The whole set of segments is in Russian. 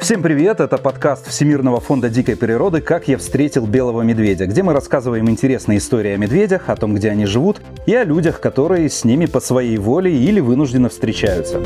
Всем привет! Это подкаст Всемирного фонда дикой природы «Как я встретил белого медведя», где мы рассказываем интересные истории о медведях, о том, где они живут, и о людях, которые с ними по своей воле или вынужденно встречаются.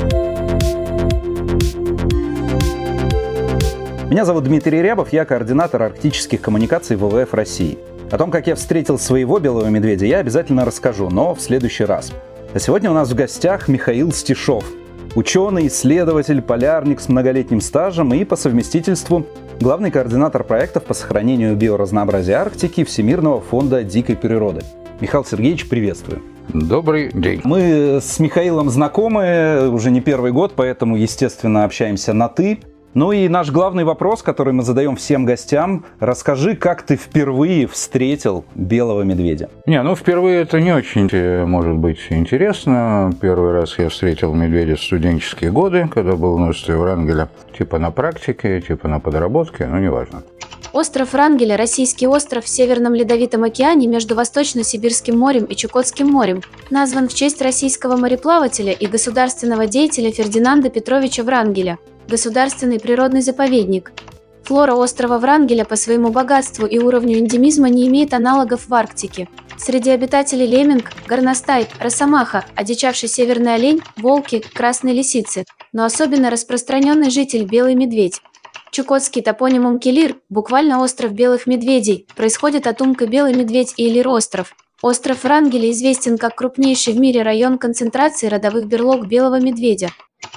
Меня зовут Дмитрий Рябов, я координатор арктических коммуникаций ВВФ России. О том, как я встретил своего белого медведя, я обязательно расскажу, но в следующий раз. А сегодня у нас в гостях Михаил Стишов. Ученый, исследователь, полярник с многолетним стажем и по совместительству главный координатор проектов по сохранению биоразнообразия Арктики Всемирного фонда дикой природы. Михаил Сергеевич, приветствую. Добрый день. Мы с Михаилом знакомы уже не первый год, поэтому, естественно, общаемся на «ты». Ну и наш главный вопрос, который мы задаем всем гостям. Расскажи, как ты впервые встретил белого медведя? Впервые это не очень, может быть, интересно. Первый раз я встретил медведя в студенческие годы, когда был в университете Врангеля. Типа на практике, типа на подработке, неважно. Остров Врангеля – российский остров в Северном Ледовитом океане между Восточно-Сибирским морем и Чукотским морем. Назван в честь российского мореплавателя и государственного деятеля Фердинанда Петровича Врангеля. Государственный природный заповедник. Флора острова Врангеля по своему богатству и уровню эндемизма не имеет аналогов в Арктике. Среди обитателей лемминг, горностай, росомаха, одичавший северный олень, волки, красные лисицы, но особенно распространенный житель белый медведь. Чукотский топонимум Келир, буквально остров белых медведей, происходит от умка белый медведь и Элир-остров. Остров Врангеля известен как крупнейший в мире район концентрации родовых берлог белого медведя.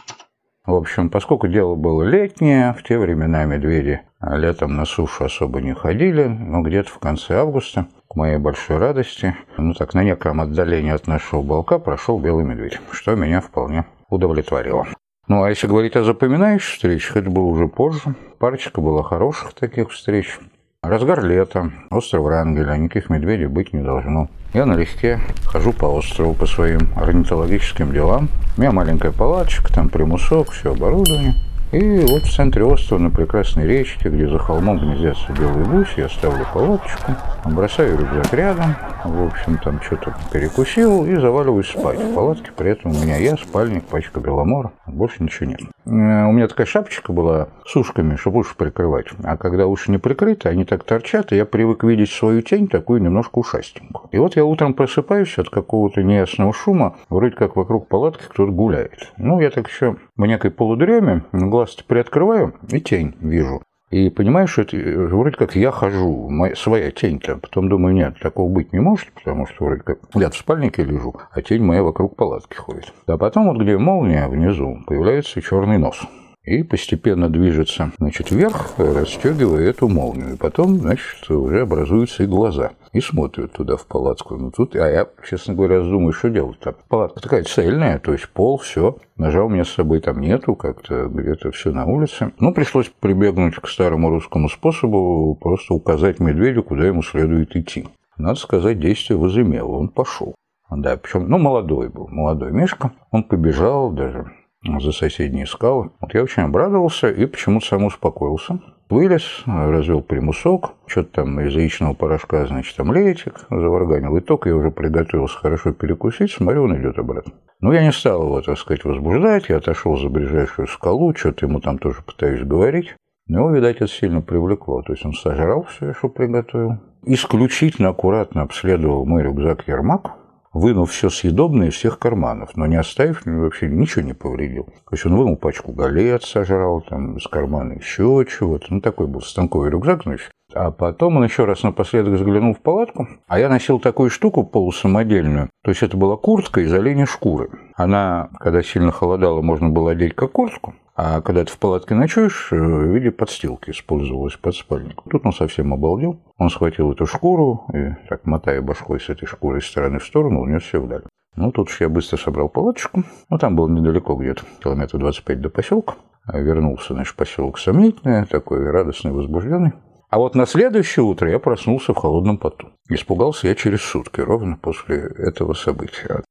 В общем, поскольку дело было летнее, в те времена медведи летом на сушу особо не ходили, но где-то в конце августа, к моей большой радости, на некотором отдалении от нашего балка прошел белый медведь, что меня вполне удовлетворило. А если говорить о запоминающих встречах, это было уже позже. Парочка была хороших таких встреч. Разгар лета, остров Врангеля, никаких медведей быть не должно. Я налегке хожу по острову по своим орнитологическим делам. У меня маленькая палаточка, там примусок, все оборудование. И вот в центре острова, на прекрасной речке, где за холмом гнездятся белые гуси, я ставлю палаточку, бросаю рюкзак рядом, в общем, там что-то перекусил и заваливаюсь спать. В палатке при этом у меня я, спальник, пачка беломора, больше ничего нет. У меня такая шапочка была с ушками, чтобы уши прикрывать. А когда уши не прикрыты, они так торчат, и я привык видеть свою тень, такую немножко ушастенькую. И вот я утром просыпаюсь от какого-то неясного шума, вроде как вокруг палатки кто-то гуляет. Я так еще в некой полудреме, глаз приоткрываю и тень вижу. И понимаю, что это вроде как я хожу, своя тень-то. Потом думаю, нет, такого быть не может, потому что вроде как я в спальнике лежу, а тень моя вокруг палатки ходит. А потом вот где молния внизу, появляется черный нос. И постепенно движется, вверх, расстегивая эту молнию. И потом, уже образуются и глаза. И смотрят туда, в палатку. А я, честно говоря, думаю, что делать-то. Палатка такая цельная, то есть пол, все. Ножа у меня с собой там нету, как-то где-то все на улице. Пришлось прибегнуть к старому русскому способу, просто указать медведю, куда ему следует идти. Надо сказать, действие возымело. Он пошел. Да, причем, молодой был, молодой Мишка. Он побежал даже за соседние скалы. Я очень обрадовался и почему-то сам успокоился. Вылез, развел примусок, что-то там из яичного порошка, омлетик заварганил. И только я уже приготовился хорошо перекусить, смотрю, он идет обратно. Я не стал его, возбуждать. Я отошел за ближайшую скалу, что-то ему там тоже пытаюсь говорить. Его, видать, это сильно привлекло. То есть он сожрал все, что приготовил. Исключительно аккуратно обследовал мой рюкзак-ермак, вынув все съедобное из всех карманов, но не оставив, вообще ничего не повредил. То есть он вынул пачку галет, сожрал, там из кармана еще чего-то. Такой был станковый рюкзак, А потом он еще раз напоследок заглянул в палатку, а я носил такую штуку полусамодельную. То есть это была куртка из оленей шкуры. Она, когда сильно холодало, можно было одеть как куртку. А когда ты в палатке ночуешь, в виде подстилки использовалась под спальник. Тут он совсем обалдел. Он схватил эту шкуру и, так мотая башкой с этой шкурой из стороны в сторону, унес все вдаль. Тут уж я быстро собрал палаточку. Там было недалеко где-то, километров 25 до поселка. Вернулся, в поселок сомнительный, такой радостный, возбужденный. А вот на следующее утро я проснулся в холодном поту. Испугался я через сутки, ровно после этого события.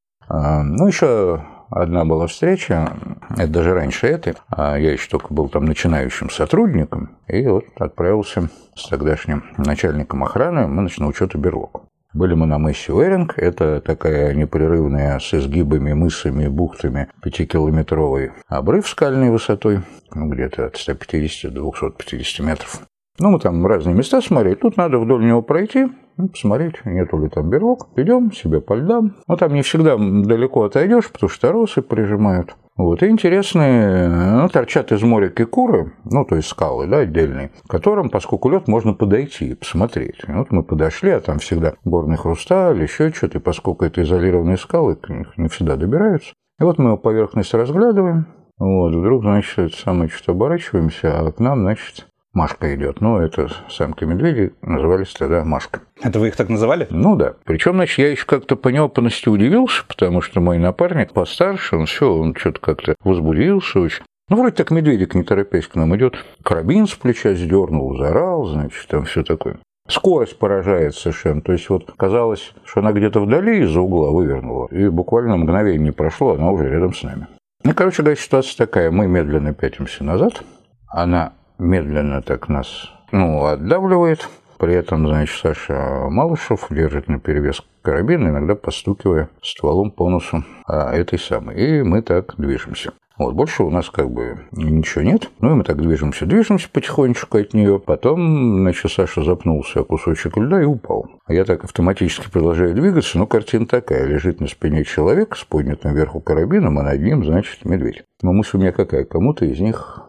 Еще одна была встреча, это даже раньше этой, я еще только был там начинающим сотрудником, и вот отправился с тогдашним начальником охраны, мы на учет берлог. Были мы на мысе Уэринг, это такая непрерывная с изгибами, мысами, бухтами 5-километровый обрыв скальной высотой, где-то от 150 до 250 метров. Мы там разные места смотрели, тут надо вдоль него пройти, посмотреть, нету ли там берлог. Идем себе по льдам. Там не всегда далеко отойдешь, потому что торосы прижимают. И интересные, торчат из моря кикуры, то есть скалы, да, отдельные, к которым, поскольку лед, можно подойти и посмотреть. Мы подошли, а там всегда горный хрусталь, еще что-то, и поскольку это изолированные скалы, к них не всегда добираются. И мы его поверхность разглядываем, вдруг, значит, что-то оборачиваемся, а к нам, значит, Машка идет. Это самки медведи назывались тогда Машка. Это вы их так называли? Да. Причем, значит, я еще как-то по неопытности удивился, потому что мой напарник постарше, он что-то как-то возбудился очень. Вроде так медведик, не торопясь, к нам идет. Карабин с плеча сдернул, заорал, значит, там все такое. Скорость поражает совершенно. То есть казалось, что она где-то вдали из-за угла вывернула. И буквально мгновение не прошло, она уже рядом с нами. Короче говоря, ситуация такая. Мы медленно пятимся назад. Она медленно так нас, отдавливает. При этом, значит, Саша Малышев держит наперевес карабин, иногда постукивая стволом по носу этой самой. И мы так движемся. Больше у нас ничего нет. И мы так движемся потихонечку от нее. Потом, значит, Саша запнулся о кусочек льда и упал. А я так автоматически продолжаю двигаться. Картина такая. Лежит на спине человек с поднятым вверху карабином, а над ним, значит, медведь. Но мысль у меня какая? Кому-то из них...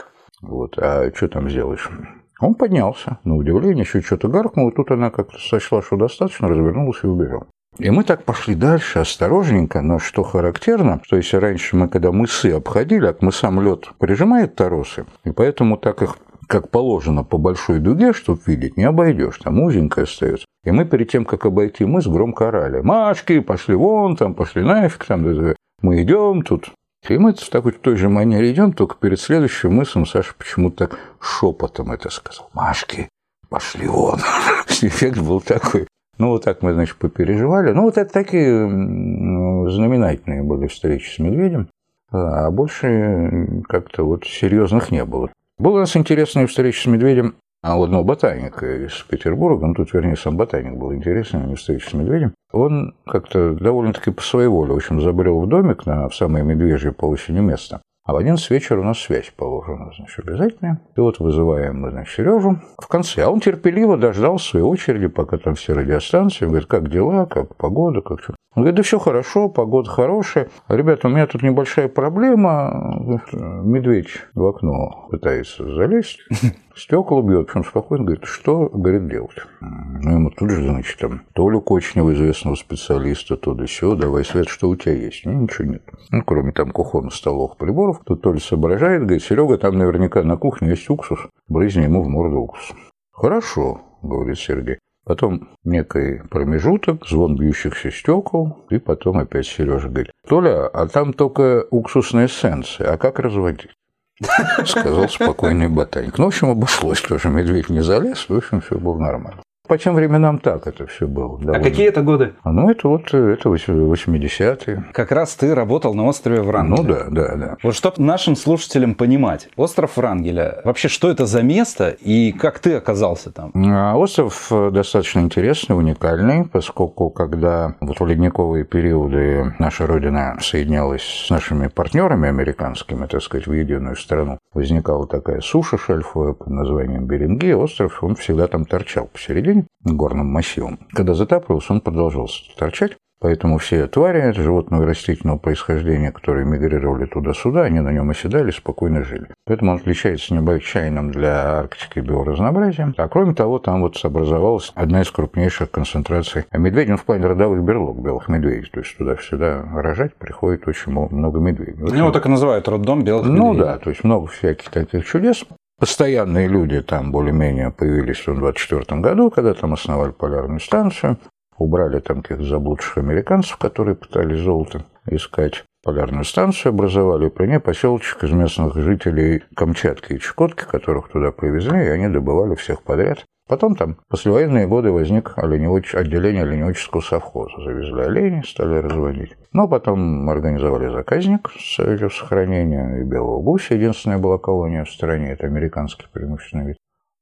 а что там сделаешь? Он поднялся, на удивление, еще что-то гаркнул, и тут она как-то сочла, что достаточно, развернулась и убежала. И мы так пошли дальше, осторожненько, но что характерно, что если раньше мы, когда мысы обходили, а к мысам лед прижимает торосы, и поэтому так их, как положено, по большой дуге, чтобы видеть, не обойдешь, там узенькая остается. И мы перед тем, как обойти мыс, громко орали: «Машки, пошли вон, там, пошли нафиг, там, мы идем тут». И мы в той же манере идем, только перед следующим мысом Саша почему-то так шепотом это сказал: «Машки, пошли вон». Эффект был такой. Так мы, значит, попереживали. Это такие знаменательные были встречи с медведем, а больше как-то серьезных не было. Была у нас интересная встреча с медведем у одного ботаника из Петербурга, тут, вернее, сам ботаник был интересный, у него встреча с медведем. Он как-то довольно-таки по своей воле, в общем, забрел в домик в самое медвежье по осени место. А в 11 вечера у нас связь положена, значит, обязательно. И вызываем мы, значит, Сережу в конце. А он терпеливо дождал своей очереди, пока там все радиостанции. Он говорит: как дела, как погода, как что. Он говорит: да все хорошо, погода хорошая. Ребята, у меня тут небольшая проблема. Медведь в окно пытается залезть, стекла бьет. Причем спокойно говорит: что, говорит, делать? Ему тут же, значит, там Толю Кочнева, известного специалиста, то да сё, давай, Свет, что у тебя есть? Ничего нет. Кроме там кухонных столовых приборов. Тут Толя соображает, говорит: Серега, там наверняка на кухне есть уксус, брызни ему в морду уксус. Хорошо, говорит Сергей. Потом некий промежуток, звон бьющихся стекол, и потом опять Сережа говорит: Толя, а там только уксусная эссенция, а как разводить? Сказал спокойный ботаник. В общем, обошлось тоже, медведь не залез, в общем, все было нормально. По тем временам так это все было. А какие это годы? Это 80-е. Как раз ты работал на острове Врангеля. Да. Чтобы нашим слушателям понимать, остров Врангеля, вообще что это за место и как ты оказался там? Остров достаточно интересный, уникальный, поскольку когда в ледниковые периоды наша Родина соединялась с нашими партнерами американскими, так сказать, в единую страну, возникала такая суша шельфовая под названием Берингей. Остров, он всегда там торчал посередине горным массивом. Когда затапливался, он продолжал торчать. Поэтому все твари животного и растительного происхождения, которые мигрировали туда-сюда, они на нем оседали, спокойно жили. Поэтому он отличается необычайным для Арктики биоразнообразием. А кроме того, там образовалась одна из крупнейших концентраций медведей, в плане родовых берлог белых медведей. То есть туда всегда рожать приходит очень много медведей. Его так и называют роддом белых медведей. Да, то есть много всяких таких чудес. Постоянные люди там более-менее появились в 1924 году, когда там основали полярную станцию. Убрали там каких-то заблудших американцев, которые пытались золото искать. Полярную станцию образовали, и при ней поселочек из местных жителей Камчатки и Чукотки, которых туда привезли, и они добывали всех подряд. Потом там в послевоенные годы возник отделение оленеводческого совхоза. Завезли оленей, стали разводить. Но потом организовали заказник с сохранения и белого гуся. Единственная была колония в стране, это американский преимущественный вид.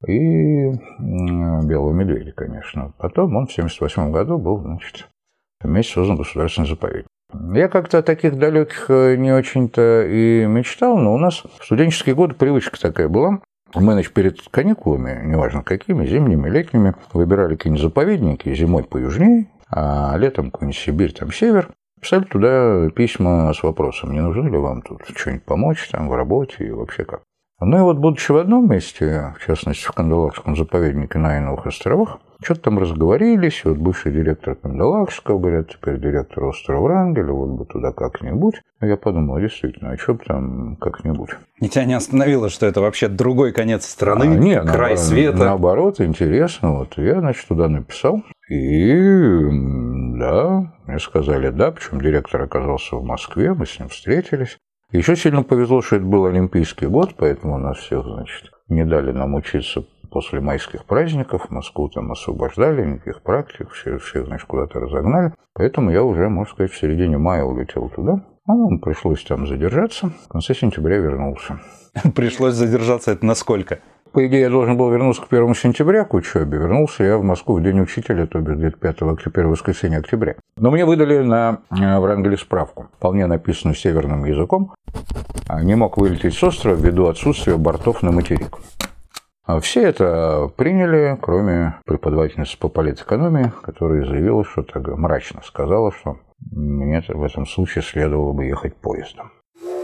и белого медведя, конечно. Потом он в 1978 году был, значит, вместе создан государственный заповедник. Я как-то о таких далеких не очень-то и мечтал, но у нас в студенческие годы привычка такая была. Мы, значит, перед каникулами, неважно какими, зимними, летними, выбирали какие-нибудь заповедники, зимой поюжнее, а летом какую-нибудь Сибирь, там север, писали туда письма с вопросом, не нужно ли вам тут что-нибудь помочь там в работе и вообще как. Ну и вот, будучи в одном месте, в частности, в Кандалакском заповеднике на Айновых островах, что-то там разговорились, и вот бывший директор Кандалакского, говорят, теперь директор острова Врангеля, вот бы туда как-нибудь. Я подумал, действительно, а что бы там как-нибудь. И тебя не остановило, что это вообще другой конец страны, нет, край света? Наоборот, интересно. Вот я, значит, туда написал, и да, мне сказали да, причем директор оказался в Москве, мы с ним встретились. Еще сильно повезло, что это был Олимпийский год, поэтому нас всех, значит, не дали нам учиться после майских праздников. Москву там освобождали, никаких практик, всех, значит, куда-то разогнали. Поэтому я уже, можно сказать, в середине мая улетел туда. Ну, пришлось там задержаться. В конце сентября вернулся. Пришлось задержаться, это насколько? По идее, я должен был вернуться к 1 сентября к учебе. Вернулся я в Москву в День учителя, то бишь где-то 5 октября, воскресенье октября. Но мне выдали на Врангеле справку, вполне написанную северным языком. Не мог вылететь с острова ввиду отсутствия бортов на материк. Все это приняли, кроме преподавательницы по политэкономии, которая заявила, что так мрачно сказала, что мне в этом случае следовало бы ехать поездом.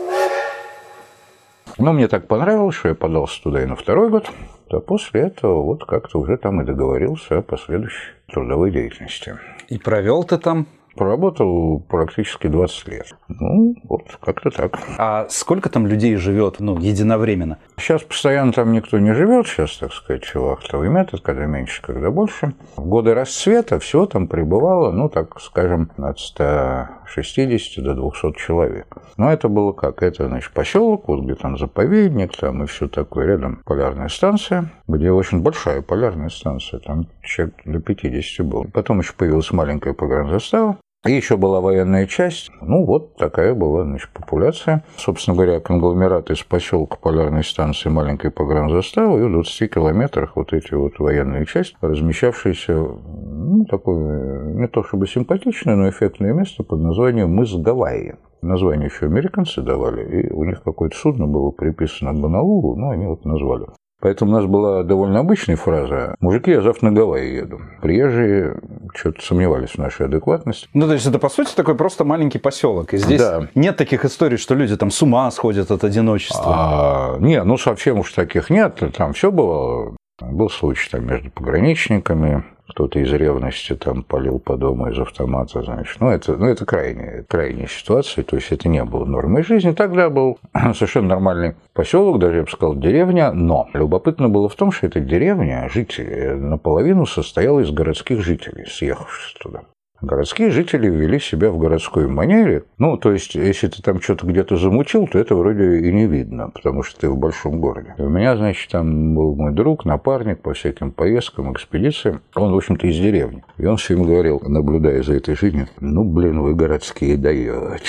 Но мне так понравилось, что я подался туда и на второй год, то после этого вот как-то уже там и договорился о последующей трудовой деятельности. И провел ты там? Проработал практически 20 лет. Ну, вот как-то так. А сколько там людей живет, единовременно? Сейчас постоянно там никто не живет, сейчас, так сказать, вахтовый метод, когда меньше, когда больше. В годы расцвета всего там пребывало, так скажем, от 160 до 200 человек. Но это было как? Это, значит, поселок, вот где там заповедник, там и все такое. Рядом полярная станция, где очень большая полярная станция, там человек до 50 было. Потом еще появилась маленькая погранзастава. И еще была военная часть. Вот такая была, значит, популяция. Собственно говоря, конгломерат из поселка полярной станции маленькой погранзаставы, и в 20 километрах вот эти вот военные части, размещавшиеся, такое не то чтобы симпатичное, но эффектное место под названием мыс Гавайи. Название еще американцы давали, и у них какое-то судно было приписано к Гонолулу, они вот назвали. Поэтому у нас была довольно обычная фраза: «Мужики, я завтра на Гавайи еду». Приезжие что-то сомневались в нашей адекватности. То есть это, по сути, такой просто маленький поселок. И здесь нет таких историй, что люди там с ума сходят от одиночества. Совсем уж таких нет. Там все было. Был случай там между пограничниками. Кто-то из ревности там палил по дому из автомата, значит. Это крайняя ситуация, то есть это не было нормой жизни. Тогда был совершенно нормальный поселок, даже я бы сказал, деревня, но любопытно было в том, что эта деревня, жители, наполовину состояла из городских жителей, съехавших туда. Городские жители вели себя в городской манере. То есть, если ты там что-то где-то замутил, то это вроде и не видно, потому что ты в большом городе. У меня, значит, там был мой друг, напарник по всяким поездкам, экспедициям. Он, в общем-то, из деревни. И он всем говорил, наблюдая за этой жизнью: вы городские даете.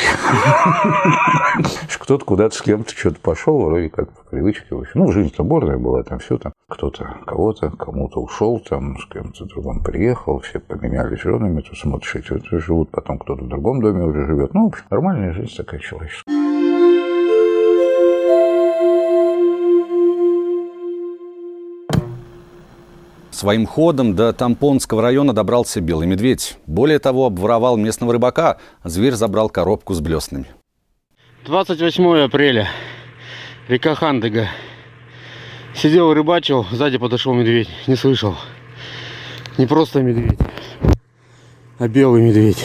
Кто-то куда-то с кем-то что-то пошел, вроде как по привычке. Жизнь-то бурная была, там все там. Кто-то кого-то, кому-то ушел, там с кем-то другом приехал, все поменялись женами, тут смотришь, эти живут, потом кто-то в другом доме уже живет. В общем, нормальная жизнь такая человеческая. Своим ходом до Тампонского района добрался белый медведь. Более того, обворовал местного рыбака. Зверь забрал коробку с блеснами. 28 апреля. Река Хандыга. Сидел, рыбачил, сзади подошел медведь. Не слышал. Не просто медведь, а белый медведь.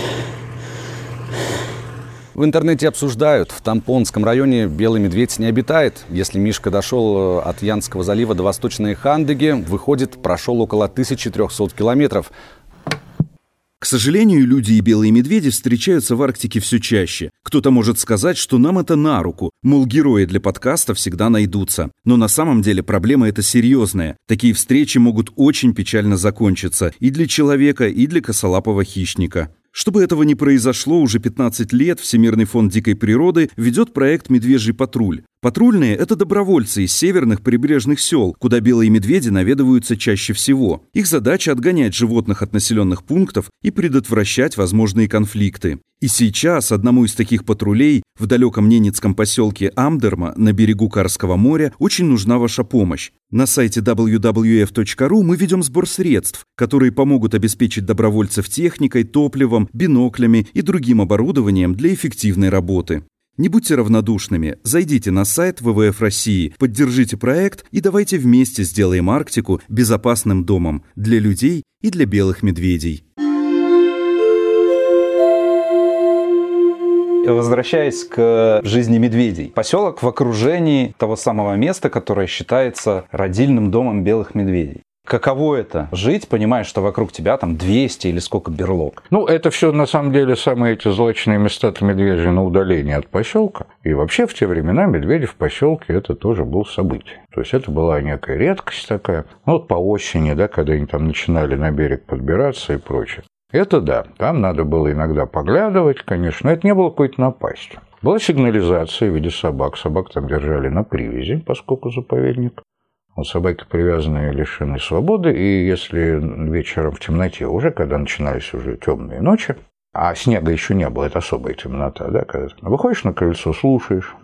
В интернете обсуждают, в Тампонском районе белый медведь не обитает. Если Мишка дошел от Янского залива до Восточной Хандыги, выходит, прошел около 1300 километров. К сожалению, люди и белые медведи встречаются в Арктике все чаще. Кто-то может сказать, что нам это на руку, мол, герои для подкаста всегда найдутся. Но на самом деле проблема эта серьезная. Такие встречи могут очень печально закончиться и для человека, и для косолапого хищника. Чтобы этого не произошло, уже 15 лет Всемирный фонд дикой природы ведет проект «Медвежий патруль». Патрульные – это добровольцы из северных прибрежных сел, куда белые медведи наведываются чаще всего. Их задача – отгонять животных от населенных пунктов и предотвращать возможные конфликты. И сейчас одному из таких патрулей в далеком ненецком поселке Амдерма на берегу Карского моря очень нужна ваша помощь. На сайте wwf.ru мы ведем сбор средств, которые помогут обеспечить добровольцев техникой, топливом, биноклями и другим оборудованием для эффективной работы. Не будьте равнодушными, зайдите на сайт ВВФ России, поддержите проект и давайте вместе сделаем Арктику безопасным домом для людей и для белых медведей. Возвращаясь к жизни медведей. Поселок в окружении того самого места, которое считается родильным домом белых медведей. Каково это? Жить, понимая, что вокруг тебя там 200 или сколько берлог? Ну, это все на самом деле самые эти злачные места-то медвежьи на удалении от поселка. И вообще в те времена медведи в поселке это тоже было событие. То есть это была некая редкость такая. Ну, вот по осени, да, когда они там начинали на берег подбираться и прочее. Это да, там надо было иногда поглядывать, конечно, но это не было какой-то напастью. Была сигнализация в виде собак. Собак там держали на привязи, поскольку заповедник. Вот собаки привязанные лишены свободы, и если вечером в темноте уже, когда начинались уже темные ночи, а снега еще не было, это особая темнота, да, когда ты выходишь на крыльцо, слушаешь.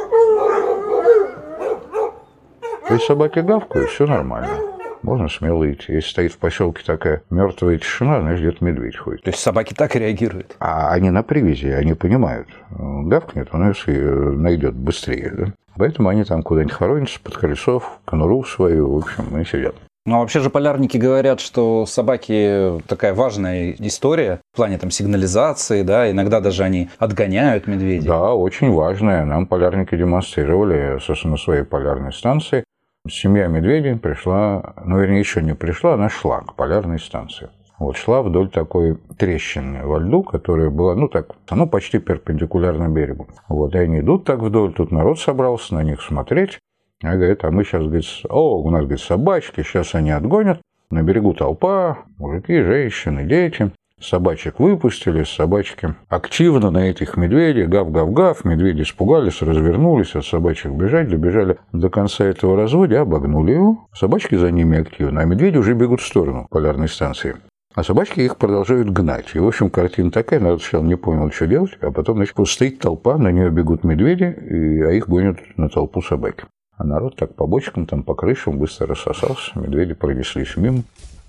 И собаки гавкают, все нормально. Можно смело идти. Если стоит в поселке такая мертвая тишина, значит, где-то медведь ходит. То есть собаки так и реагируют? А они на привязи, они понимают. Гавкнет, он ее найдет быстрее, да. Поэтому они там куда-нибудь хоронятся под колесо, в конуру свою, в общем, и сидят. Ну, а вообще же полярники говорят, что собаки такая важная история в плане там сигнализации, да, иногда даже они отгоняют медведей. Да, очень важная. Нам полярники демонстрировали, собственно, на своей полярной станции. Семья медведей пришла, ну, вернее, еще не пришла, она шла к полярной станции. Вот, шла вдоль такой трещины во льду, которая была, ну, так, ну, почти перпендикулярно берегу. Вот, и они идут так вдоль, тут народ собрался на них смотреть. А говорит, а мы сейчас, говорит, у нас, говорит, собачки, сейчас они отгонят. На берегу толпа, мужики, женщины, дети. Собачек выпустили, собачки активно на этих медведей, гав-гав-гав, медведи испугались, развернулись, от собачек бежать, добежали до конца этого разводя, обогнули его, собачки за ними активно, а медведи уже бегут в сторону полярной станции. А собачки их продолжают гнать. И, в общем, картина такая, народ сначала не понял, что делать, а потом, значит, просто стоит толпа, на нее бегут медведи, а их гонят на толпу собаки. А народ так по бочкам, там по крышам быстро рассосался, медведи пронеслись мимо.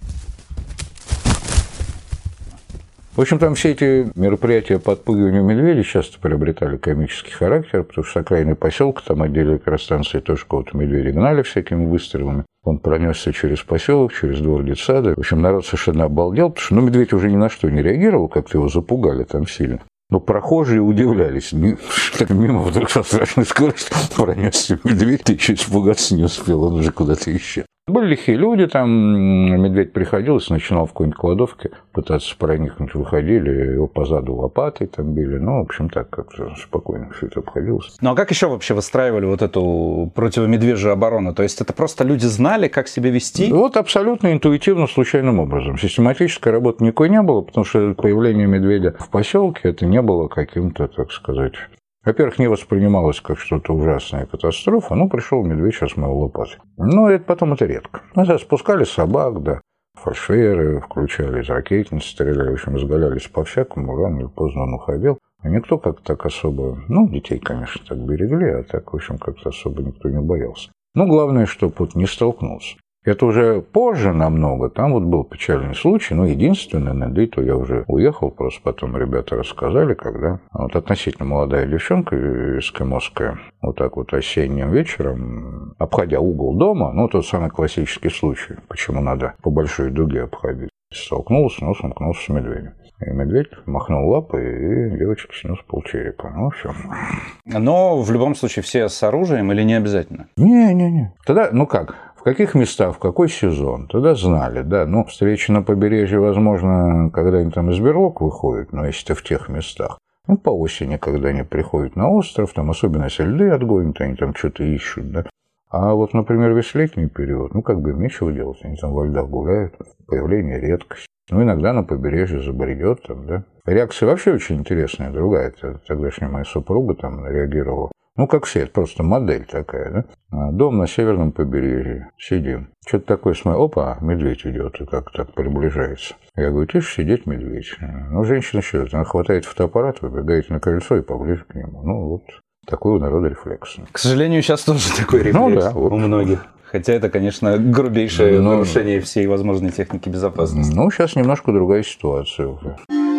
В общем, там все эти мероприятия по отпугиванию медведей часто приобретали комический характер, потому что с окраины поселка, там отдельно электростанции тоже кого-то медведя гнали всякими выстрелами. Он пронесся через поселок, через двор детсада. В общем, народ совершенно обалдел, потому что медведь уже ни на что не реагировал, как-то его запугали там сильно. Но прохожие удивлялись. Так мимо вдруг со страшной скоростью пронесся медведь, ты еще испугаться не успел, он уже куда-то исчез. Были лихие люди, там медведь приходилось, начинал в какой-нибудь кладовке пытаться проникнуть, выходили, его позаду лопатой там били, ну, в общем, так как-то спокойно все это обходилось. Ну, а как еще вообще выстраивали вот эту противомедвежью оборону? То есть это просто люди знали, как себя вести? Вот абсолютно интуитивно, случайным образом. Систематической работы никакой не было, потому что появление медведя в поселке это не было каким-то, так сказать... Во-первых, не воспринималось как что-то ужасная катастрофа, ну, пришел медведь, сейчас мыл лопатой. Но это редко. Ну, спускали собак, да, фальшфейеры включали, из ракетниц стреляли, в общем, изгалялись по-всякому, рано или поздно он уходил. А никто как-то так особо, ну, детей, конечно, так берегли, а так, в общем, как-то особо никто не боялся. Ну, главное, чтобы вот не столкнулся. Это уже позже намного, там вот был печальный случай, ну, единственный, да и то я уже уехал, просто потом ребята рассказали, когда вот относительно молодая девчонка эскимосская, вот так вот осенним вечером, обходя угол дома, ну, тот самый классический случай, почему надо по большой дуге обходить, столкнулась носом к носу с медведем. И медведь махнул лапой, и девочка снес полчерепа. Ну, все. Но в любом случае все с оружием или не обязательно? Не. Тогда, ну как, в каких местах, в какой сезон, тогда знали, да. Ну, встречи на побережье, возможно, когда они там из берлог выходят, но если ты в тех местах. Ну, по осени, когда они приходят на остров, там, особенно если льды отгонят, они там что-то ищут, да. А вот, например, весь летний период, ну, как бы им нечего делать, они там во льдах гуляют, появление редкость. Ну, иногда на побережье забредет там, да. Реакция вообще очень интересная, другая. Тогдашняя моя супруга там реагировала. Ну, как все, это просто модель такая, да? Дом на северном побережье, сидим. Что-то такое смотрю, опа, медведь идет, и как так приближается. Я говорю, тише сидеть, медведь. Ну, женщина что, она хватает фотоаппарат, выбегает на крыльцо и поближе к нему. Ну, вот такой у народа рефлекс. К сожалению, сейчас тоже такой рефлекс вот. У многих. Хотя это, конечно, грубейшее нарушение всей возможной техники безопасности. Ну, сейчас немножко другая ситуация уже.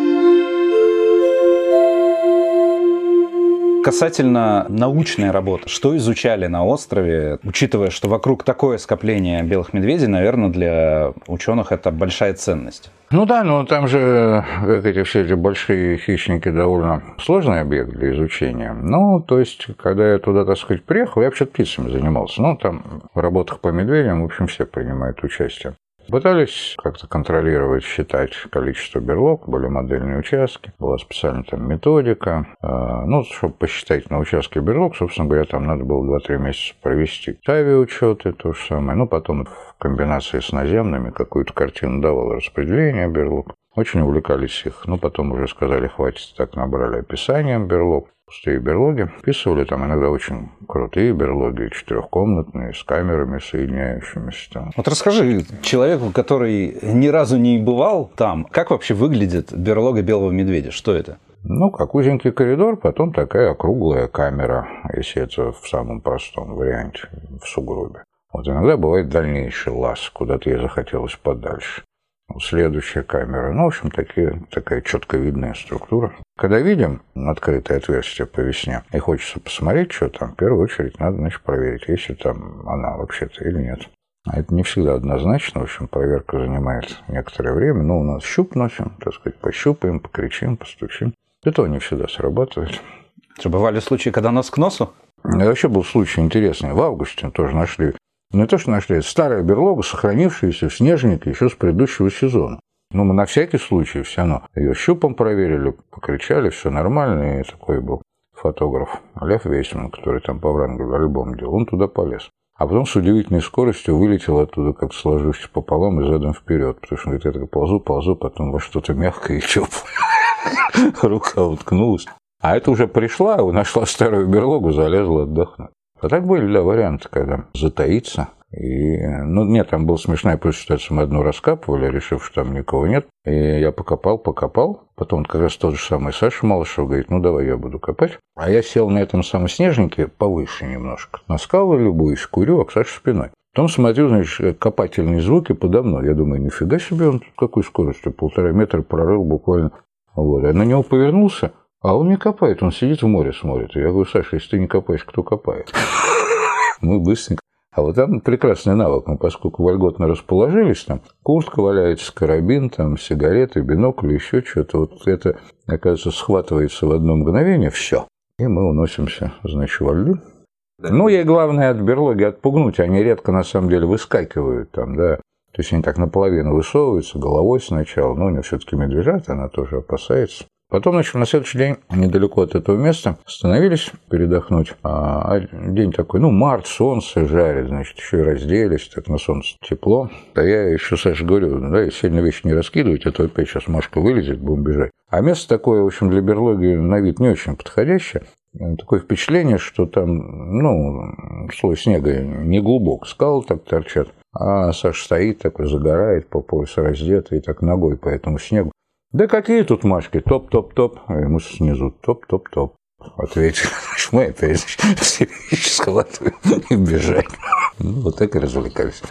Касательно научной работы, что изучали на острове, учитывая, что вокруг такое скопление белых медведей, наверное, для ученых это большая ценность. Ну да, но там же, как все эти большие хищники, довольно сложный объект для изучения. Ну, то есть, когда я туда, так сказать, приехал, я вообще птицами занимался. Ну, там в работах по медведям, в общем, все принимают участие. Пытались как-то контролировать, считать количество берлог, были модельные участки, была специальная там методика. Ну, чтобы посчитать на участке берлог, собственно говоря, там надо было 2-3 месяца провести. Авиаучеты, то же самое. Ну, потом в комбинации с наземными какую-то картину давало распределение берлог. Очень увлекались их. Ну, потом уже сказали, хватит, так набрали описанием берлог. Пустые берлоги. Вписывали там иногда очень крутые берлоги, 4-комнатные, с камерами соединяющимися. Там. Вот расскажи человеку, который ни разу не бывал там, как вообще выглядит берлога белого медведя? Что это? Ну, как узенький коридор, потом такая округлая камера, если это в самом простом варианте, в сугробе. Вот иногда бывает дальнейший лаз, куда-то ей захотелось подальше. Следующая камера. Ну, в общем, такая четко видная структура. Когда видим открытое отверстие по весне и хочется посмотреть, что там, в первую очередь надо, значит, проверить, есть ли там она вообще-то или нет. А это не всегда однозначно. В общем, проверка занимает некоторое время. Ну, у нас щуп носим, так сказать, пощупаем, покричим, постучим. Это не всегда срабатывает. Что, бывали случаи, когда нос к носу? И вообще был случай интересный. В августе тоже нашли. Не то, что нашли, это старая берлога, сохранившаяся в снежнике еще с предыдущего сезона. Ну, мы на всякий случай все равно ее щупом проверили, покричали, все нормально. И такой был фотограф Лев Весьман, который там по Врангелю альбом делал, он туда полез. А потом с удивительной скоростью вылетел оттуда, как сложившись пополам и задом вперед. Потому что, говорит, я так ползу, потом во что-то мягкое и теплое. Рука уткнулась. А это уже пришла, нашла старую берлогу, залезла отдохнуть. А так были, да, варианты, когда затаиться. И, ну, нет, там была смешная просто ситуация. Мы одну раскапывали, решив, что там никого нет. И я покопал. Потом как раз тот же самый Саша Малышев говорит, ну, давай я буду копать. А я сел на этом самом снежнике повыше немножко. На скалы любуюсь, курю, а к Саше спиной. Потом смотрю, значит, копательные звуки подо мной. Я думаю, нифига себе, он какой скоростью, 1,5 метра прорыл буквально. Вот. Я на него повернулся. А он не копает, он сидит в море смотрит. Я говорю, Саша, если ты не копаешь, кто копает? Мы быстренько. А вот там прекрасный навык. Мы, поскольку вольготно расположились, там куртка валяется, карабин, там сигареты, бинокль, еще что-то. Вот это, оказывается, схватывается в одно мгновение, все. И мы уносимся, значит, во льду. Ну, ей главное от берлоги отпугнуть. Они редко, на самом деле, выскакивают там, да. То есть они так наполовину высовываются, головой сначала. Но у нее все-таки медвежат, она тоже опасается. Потом, значит, на следующий день, недалеко от этого места, остановились передохнуть. А день такой, ну, март, солнце жарит, значит, еще и разделись, так на солнце тепло. А я еще, Саше, говорю, да, сильно вещи не раскидывать, а то опять сейчас Машка вылезет, будем бежать. А место такое, в общем, для берлоги на вид не очень подходящее. Такое впечатление, что там, ну, слой снега не глубок, скалы так торчат. А Саша стоит такой, загорает, по пояс раздетый, и так ногой по этому снегу. Да какие тут Машки? Топ-топ-топ. А ему снизу топ-топ-топ. Ответили. Мы опять складываем и бежать. Ну, вот так и развлекались.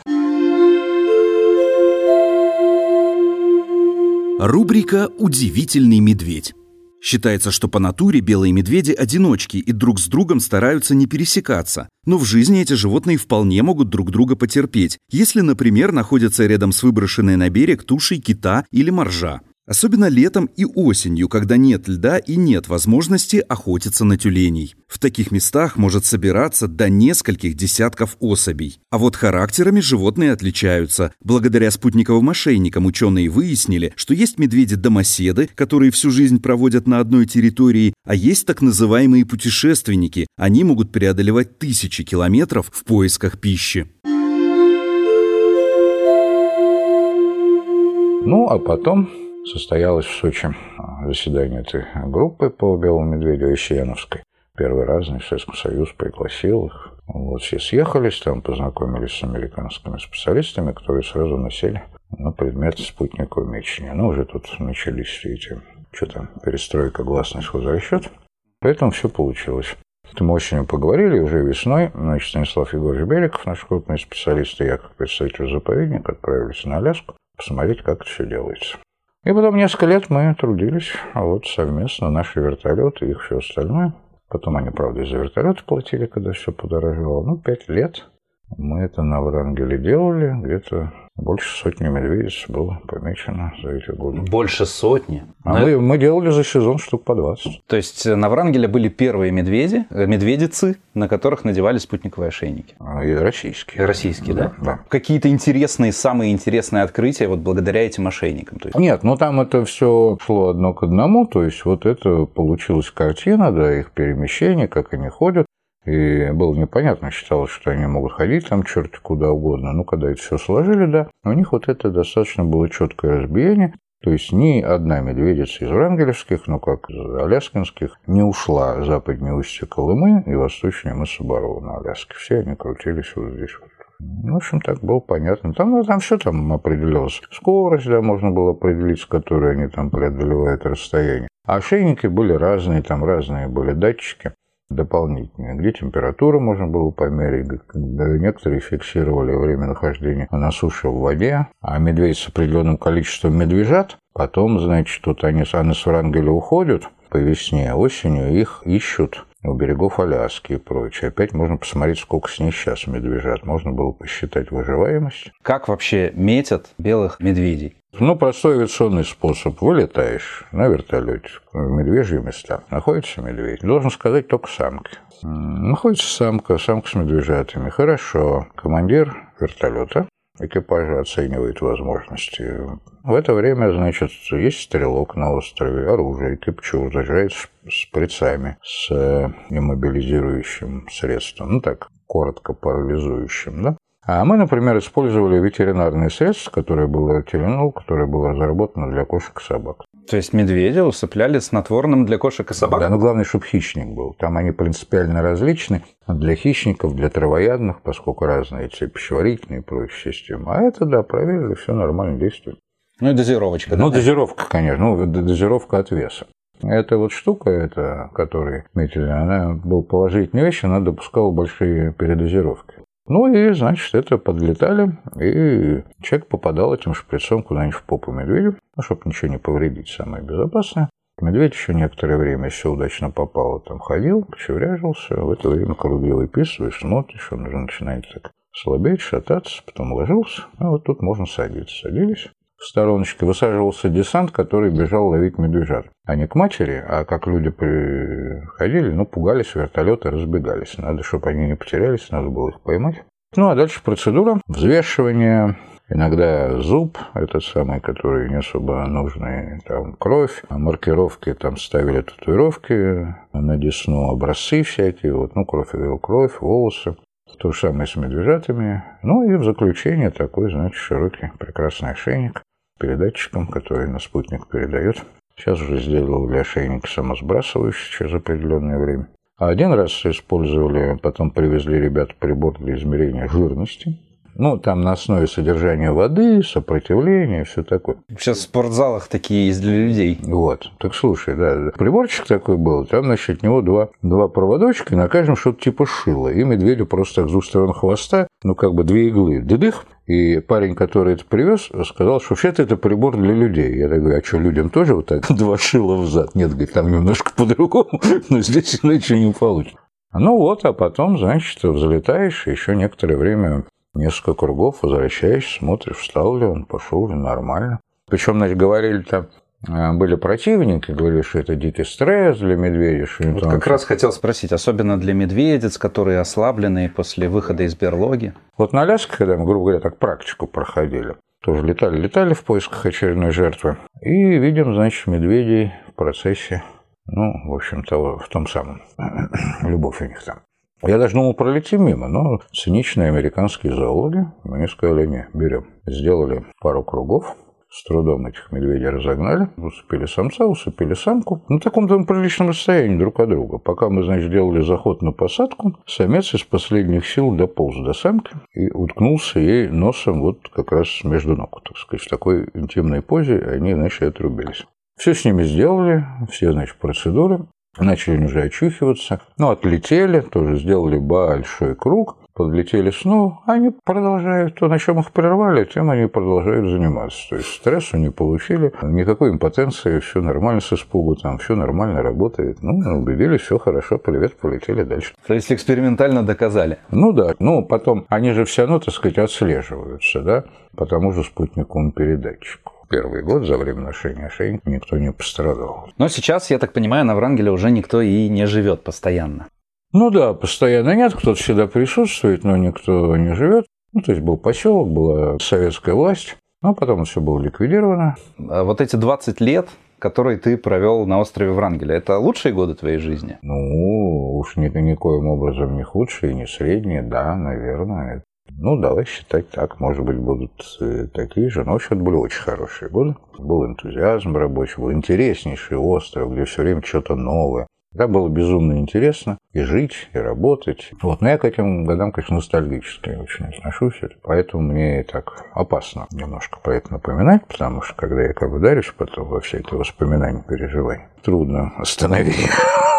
Рубрика «Удивительный медведь». Считается, что по натуре белые медведи одиночки и друг с другом стараются не пересекаться. Но в жизни эти животные вполне могут друг друга потерпеть, если, например, находятся рядом с выброшенной на берег тушей кита или моржа. Особенно летом и осенью, когда нет льда и нет возможности охотиться на тюленей. В таких местах может собираться до нескольких десятков особей. А вот характерами животные отличаются. Благодаря спутниковым мошенникам ученые выяснили, что есть медведи-домоседы, которые всю жизнь проводят на одной территории, а есть так называемые путешественники. Они могут преодолевать тысячи километров в поисках пищи. Ну, а потом состоялось в Сочи заседание этой группы по белому медведю Ещеяновской. Первый раз, значит, Советский Союз пригласил их. Вот все съехались, там познакомились с американскими специалистами, которые сразу насели на предмет спутникового мечения. Ну, уже тут начались все эти, что там, перестройка, гласность, хозрасчет. Поэтому все получилось. Мы осенью поговорили, уже весной, значит, Станислав Егорович Беликов, наш крупный специалист, и я, как представитель заповедника, отправились на Аляску посмотреть, как это все делается. И потом несколько лет мы трудились, вот совместно, наши вертолеты и их все остальное. Потом они, правда, из-за вертолета платили, когда все подорожало. 5 лет мы это на Врангеле делали, где-то больше сотни медведиц было помечено за эти годы. Больше сотни? Мы делали за сезон штук по 20. То есть на Врангеле были первые медведицы, на которых надевали спутниковые ошейники? И российские. Российские, да? Да. Какие-то самые интересные открытия вот благодаря этим ошейникам? То есть... Нет, там это все шло одно к одному, то есть вот это получилась картина, да, их перемещение, как они ходят. И было непонятно, считалось, что они могут ходить там черти куда угодно. Когда это все сложили, да, у них вот это достаточно было четкое разбиение. То есть ни одна медведица из врангелевских, как из аляскинских, не ушла западнее устья Колымы и восточнее мыса Барова на Аляске. Все они крутились вот здесь вот. В общем, так было понятно. Там все там определялось. Скорость, да, можно было определить, с которой они там преодолевают расстояние. А ошейники были разные, там разные были датчики дополнительные, где температуру можно было померить, некоторые фиксировали время нахождения на суше в воде, а медведь с определенным количеством медвежат, потом, значит, тут они с Врангеля уходят по весне, осенью их ищут у берегов Аляски и прочее. Опять можно посмотреть, сколько с них сейчас медвежат. Можно было посчитать выживаемость. Как вообще метят белых медведей? Простой авиационный способ. Вылетаешь на вертолете в медвежьи места. Находится медведь. Должен сказать только самки. Находится самка с медвежатами. Хорошо. Командир вертолета экипажа оценивает возможности. В это время, значит, есть стрелок на острове, оружие, кипчур, заряжает шприцами с иммобилизирующим средством. Коротко парализующим, да? А мы, например, использовали ветеринарные средства, которое было теленол, которое было разработано для кошек и собак. То есть медведя усыпляли снотворным для кошек и собак? Да, но главное, чтобы хищник был. Там они принципиально различны для хищников, для травоядных, поскольку разные эти пищеварительные и прочие системы. А это, да, проверили, все нормально действует. И дозировочка, да? Дозировка, конечно, дозировка от веса. Эта вот штука, которой метили, она была положительная вещь, она допускала большие передозировки. И, значит, это подлетали, и человек попадал этим шприцом куда-нибудь в попу медведю, чтобы ничего не повредить, самое безопасное. Медведь еще некоторое время, если удачно попало, там ходил, почевряжился, в это время круги выписываешь, смотришь, он уже начинает так слабеть, шататься, потом ложился, вот тут можно садиться. Садились. В стороночке высаживался десант, который бежал ловить медвежат. А не к матери, а как люди приходили, пугались вертолета, разбегались. Надо, чтобы они не потерялись, надо было их поймать. А дальше процедура взвешивания. Иногда зуб, этот самый, который не особо нужный, там кровь, маркировки, там ставили татуировки на десну, образцы всякие, кровь и кровь, волосы. То же самое с медвежатами. И в заключение такой, значит, широкий, прекрасный ошейник с передатчиком, который на спутник передает. Сейчас уже сделали ошейник самосбрасывающий через определенное время. А один раз использовали, потом привезли ребята прибор для измерения жирности. Там на основе содержания воды, сопротивления, все такое. Сейчас в спортзалах такие есть для людей. Так слушай, да. Приборчик такой был, там, значит, от него два проводочка, и на каждом что-то типа шило. И медведю просто так с двух сторон хвоста, 2 иглы, дыдых. И парень, который это привез, сказал, что вообще-то это прибор для людей. Я так говорю, а что, людям тоже вот так 2 шила взад? Нет, говорит, там немножко по-другому, но здесь иначе не получится. А потом, значит, взлетаешь, еще некоторое время... Несколько кругов, возвращаешься, смотришь, встал ли он, пошел ли, нормально. Причем, значит, говорили там, были противники, говорили, что это дикий стресс для медведей. Как раз хотел спросить, особенно для медведиц, которые ослаблены после выхода из берлоги. На Аляске, когда мы, грубо говоря, так практику проходили, тоже летали в поисках очередной жертвы. И видим, значит, медведей в процессе, в общем-то, в том самом, любовь у них там. Я даже думал, пролетим мимо, но циничные американские зоологи мне сказали, не, берем. Сделали пару кругов, С трудом этих медведей разогнали. Усыпили самца, усыпили самку. На таком-то приличном расстоянии друг от друга. Пока мы, значит, делали заход на посадку, самец из последних сил дополз до самки и уткнулся ей носом вот как раз между ног, так сказать. В такой интимной позе они, значит, отрубились. Все с ними сделали, все, значит, процедуры. Начали уже очухиваться. Отлетели, тоже сделали большой круг. Подлетели снова, они продолжают, то, на чем их прервали, тем они продолжают заниматься. То есть стрессу не получили, никакой импотенции, все нормально с испугу, там все нормально работает. Убедились, все хорошо, привет, полетели дальше. То есть экспериментально доказали? Да. Потом они же все равно, так сказать, отслеживаются, да, по тому же спутниковому передатчику. Первый год за время ношения ошейника никто не пострадал. Но сейчас, я так понимаю, на Врангеле уже никто и не живет постоянно. Да, постоянно нет, кто-то всегда присутствует, но никто не живет. То есть был поселок, была советская власть, но потом все было ликвидировано. А вот эти 20 лет, которые ты провел на острове Врангеля, это лучшие годы твоей жизни? Уж никоим образом не худшие, не средние, да, наверное. Давай считать так, может быть, будут такие же. Но вообще это были очень хорошие годы. Был энтузиазм рабочий, был интереснейший остров, где все время что-то новое. Да, было безумно интересно и жить, и работать. Но я к этим годам, конечно, ностальгически очень отношусь. Поэтому мне так опасно немножко про это напоминать, потому что, когда я ударюсь потом во все эти воспоминания, переживания, трудно остановить.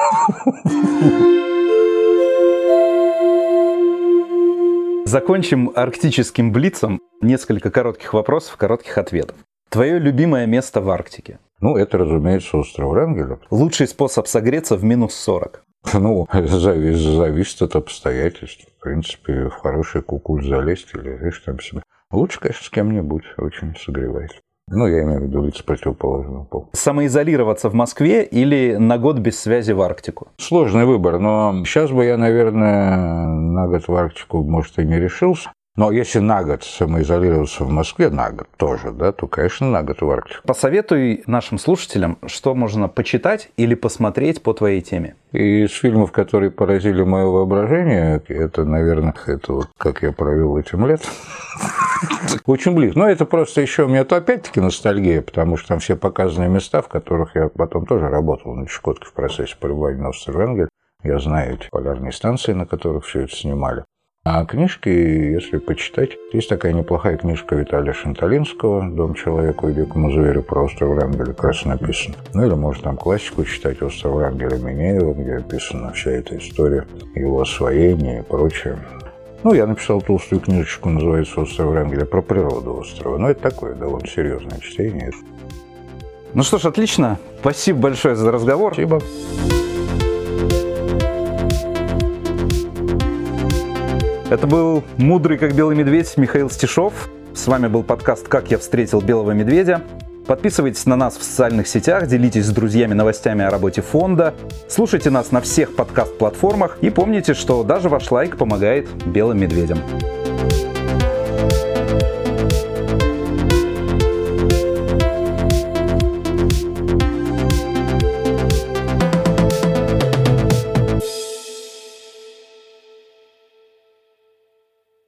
Закончим арктическим блицом. Несколько коротких вопросов, коротких ответов. Твое любимое место в Арктике? Это, разумеется, остров Врангеля. Лучший способ согреться в минус 40? Зависит от обстоятельств. В принципе, в хороший кукуль залезть или лишь там себе. Лучше, конечно, с кем-нибудь, очень согревает. Я имею в виду лиц противоположного пола. Самоизолироваться в Москве или на год без связи в Арктику? Сложный выбор, но сейчас бы я, наверное, на год в Арктику, может, и не решился. Но если на год самоизолироваться в Москве, на год тоже, да, то, конечно, на год в Арктику. Посоветуй нашим слушателям, что можно почитать или посмотреть по твоей теме. И из фильмов, которые поразили мое воображение, это, наверное, как я провел этим летом. Очень близко. Но это просто еще у меня то опять-таки ностальгия, потому что там все показанные места, в которых я потом тоже работал на Чукотке в процессе пребывания на острове Врангель. Я знаю эти полярные станции, на которых все это снимали. А книжки, если почитать, есть такая неплохая книжка Виталия Шанталинского «Дом человеку и дикому зверю» про остров Врангеля, как раз написано. Или можно там классику читать «Остров Врангеля» Минеева, где описана вся эта история, его освоение и прочее. Я написал толстую книжечку, называется «Остров Врангеля», про природу острова. Это такое довольно серьезное чтение. Что ж, отлично. Спасибо большое за разговор. Спасибо. Это был мудрый, как белый медведь, Михаил Стишов. С вами был подкаст «Как я встретил белого медведя». Подписывайтесь на нас в социальных сетях, делитесь с друзьями новостями о работе фонда, слушайте нас на всех подкаст-платформах и помните, что даже ваш лайк помогает белым медведям.